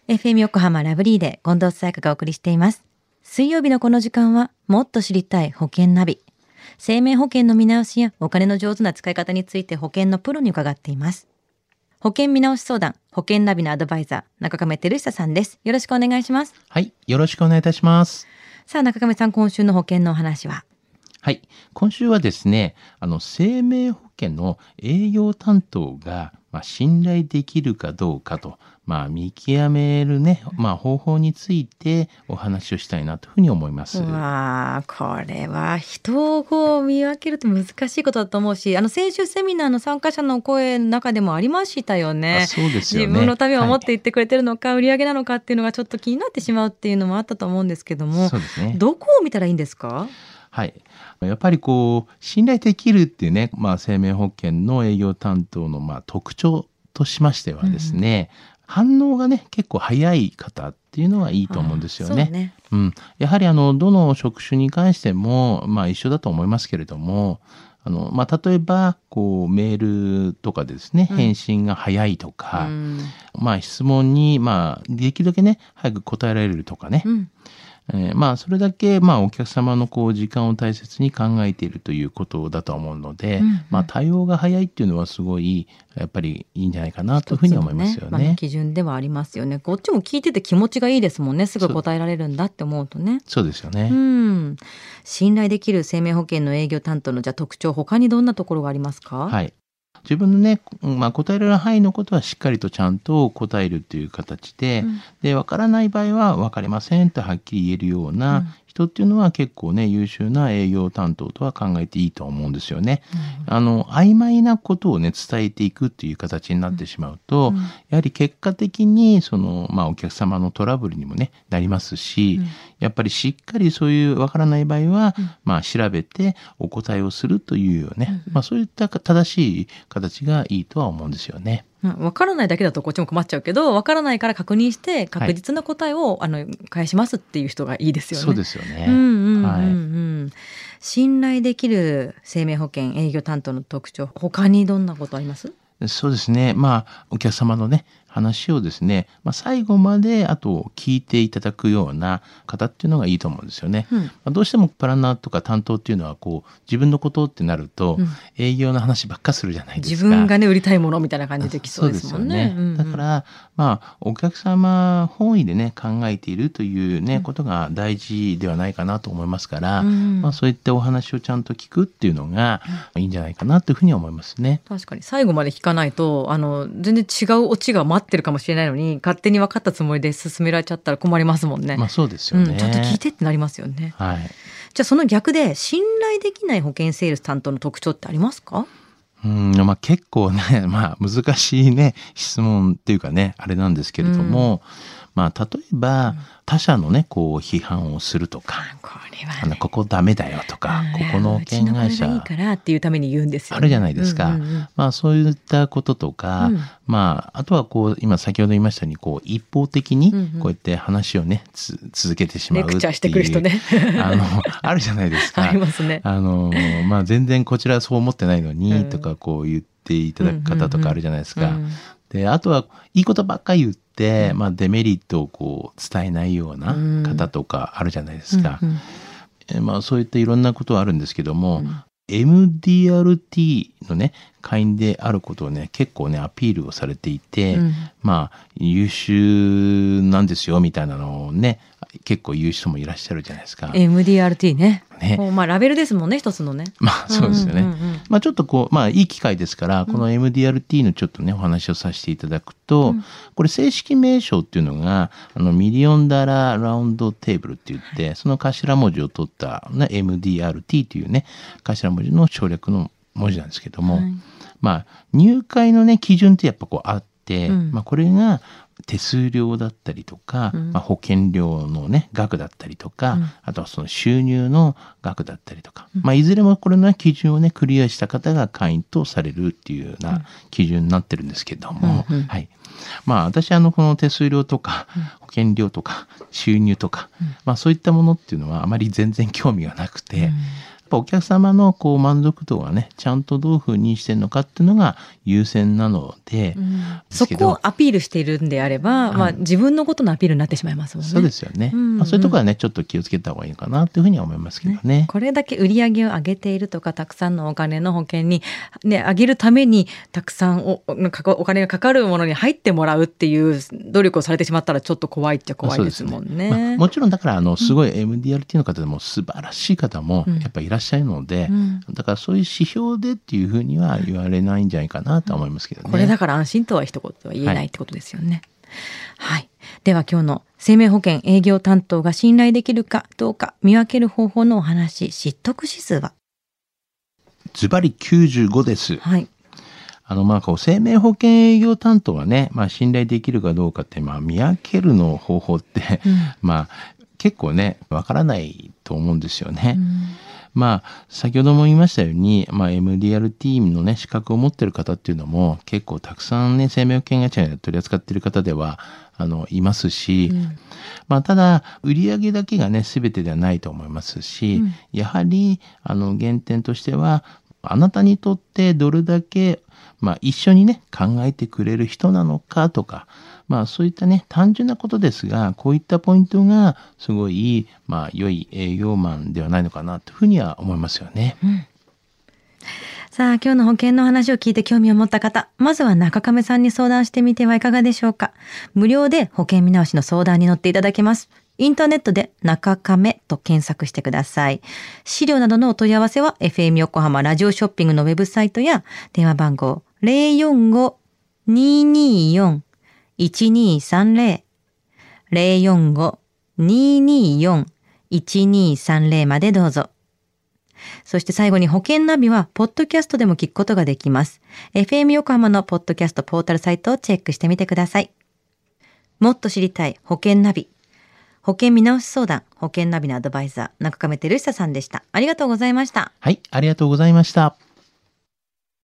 FM 横浜ラブリーで近藤紗友香がお送りしています。水曜日のこの時間はもっと知りたい保険ナビ。生命保険の見直しやお金の上手な使い方について保険のプロに伺っています。保険見直し相談、保険ナビのアドバイザー、中亀照久さんです。よろしくお願いします。 はい、よろしくお願いいたします。 さあ中亀さん、今週の保険のお話は？ はい、今週はですね、生命保険の営業担当が、信頼できるかどうかと、見極めるね、方法についてお話をしたいなというふうに思います。 これは人を見分けると難しいことだと思うし、先週セミナーの参加者の声の中でもありましたよね。 そうですよね。 自分のためを思って言ってくれてるのか、売り上げなのかっていうのがちょっと気になってしまうっていうのもあったと思うんですけども、 そうですね。 どこを見たらいいんですか？ はい、やっぱり信頼できるっていうね、生命保険の営業担当の特徴としましてはですね、反応がね結構早い方っていうのはいいと思うんですよね。やはりどの職種に関しても一緒だと思いますけれども、例えばメールとかですね、返信が早いとか、質問にできるだけね早く答えられるとかね、それだけお客様の時間を大切に考えているということだと思うので、対応が早いっていうのはすごいやっぱりいいんじゃないかなというふうに思いますよね。 基準ではありますよね。こっちも聞いてて気持ちがいいですもんね。すぐ答えられるんだって思うとね。 そうですよね。 信頼できる生命保険の営業担当の特徴、他にどんなところがありますか？ はい。自分のね、答えられる範囲のことはしっかりとちゃんと答えるという形で、わからない場合はわかりませんとはっきり言えるような人っていうのは結構ね、優秀な営業担当とは考えていいと思うんですよね。曖昧なことをね、伝えていくっていう形になってしまうと、やはり結果的にお客様のトラブルにもね、なりますし、やっぱりしっかりそういうわからない場合は、調べてお答えをするというよね、そういった正しい形がいいとは思うんですよね。 わからないだけだとこっちも困っちゃうけど、わからないから確認して確実な答えを、返しますっていう人がいいですよね。 そうですよね。 信頼できる生命保険営業担当の特徴、他にどんなことあります？ そうですね。お客様のね、話をですね、最後まであと聞いていただくような方っていうのがいいと思うんですよね。どうしてもプランナーとか担当っていうのは自分のことってなると、営業の話ばっかするじゃないですか。 自分がね売りたいものみたいな感じできそうですもんね。 だからお客様本位でね考えているというね、ことが大事ではないかなと思いますから、そういったお話をちゃんと聞くっていうのがいいんじゃないかなというふうに思いますね。 確かに最後まで聞かないと全然違うオチが待ってるかもしれないのに、勝手に分かったつもりで進められちゃったら困りますもんね。 そうですよね。 ちゃんと聞いてってなりますよね。 はい。 じゃあその逆で信頼できない保険セールス担当の特徴ってありますか？ 結構ね、難しいね質問っていうかね、あれなんですけれども、例えば、他社のね批判をするとか、 これはね、 ここダメだよとか、ここの保険会社うちのこれがいいからっていうために言うんですよね。 あるじゃないですか。そういったこととか、あとは今先ほど言いましたように一方的にこうやって話をね続けてしまうっていうレクチャーしてくる人ねあるじゃないですか。 ありますね。 全然こちらそう思ってないのにとか言っていただく方とかあるじゃないですか。で、あとはいいことばっかり言って、デメリットを伝えないような方とかあるじゃないですか。そういったいろんなことはあるんですけども、MDRT のね会員であることをね結構ねアピールをされていて、優秀なんですよみたいなのをね結構言う人もいらっしゃるじゃないですか。 MDRT ね。ラベルですもんね、一つのね。 そうですよね。ちょっといい機会ですから、この MDRT のちょっとねお話をさせていただくと、これ正式名称っていうのがミリオンダラーラウンドテーブルって言って、その頭文字を取った、MDRT というね頭文字の省略の文字なんですけども、入会のね基準ってやっぱあって、これが手数料だったりとか、保険料のね額だったりとか、あとはその収入の額だったりとか、いずれもこれの基準をねクリアした方が会員とされるっていうような基準になってるんですけども、はい。私この手数料とか保険料とか収入とか、そういったものっていうのはあまり全然興味がなくて、 お客様の満足度がね、ちゃんとどういうふうにしてるのかっていうのが優先なので、 そこをアピールしているんであれば、自分のことのアピールになってしまいますもんね。 そうですよね。そういうところはね、ちょっと気をつけた方がいいかなというふうには思いますけどね。 これだけ売り上げを上げているとか、たくさんのお金の保険に、ね、上げるためにたくさんお金がかかるものに入ってもらうっていう努力をされてしまったらちょっと怖いっちゃ怖いですもんね。 もちろんだからすごい MDRT の方でも素晴らしい方もやっぱりいらっしゃるので、だからそういう指標でっていうふうには言われないんじゃないかなと思いますけどね。 これだから安心とは一言では言えないってことですよね。はい。では今日の生命保険営業担当が信頼できるかどうか見分ける方法のお話、知得指数はズバリ95です。 はい。 生命保険営業担当がね、信頼できるかどうかって、見分けるの方法って、結構ね、わからないと思うんですよね。先ほども言いましたように、MDRT のね、資格を持っている方っていうのも結構たくさんね、生命保険会社で取り扱っている方では、いますし、ただ、売上だけがね、全てではないと思いますし、やはり、原点としては、あなたにとってどれだけ、一緒にね、考えてくれる人なのかとか、そういったね、単純なことですが、こういったポイントがすごい、良い営業マンではないのかなというふうには思いますよね。 さあ、今日の保険の話を聞いて興味を持った方、まずは中亀さんに相談してみてはいかがでしょうか。無料で保険見直しの相談に乗っていただけます。インターネットで中亀と検索してください。資料などのお問い合わせは FM 横浜ラジオショッピングのウェブサイトや電話番号 045-224-1230 045-224-1230 までどうぞ。そして最後に保険ナビはポッドキャストでも聞くことができます。FM 横浜のポッドキャストポータルサイトをチェックしてみてください。もっと知りたい保険ナビ。保険見直し相談、保険ナビのアドバイザー、中亀照久さんでした。ありがとうございました。 はい、ありがとうございました。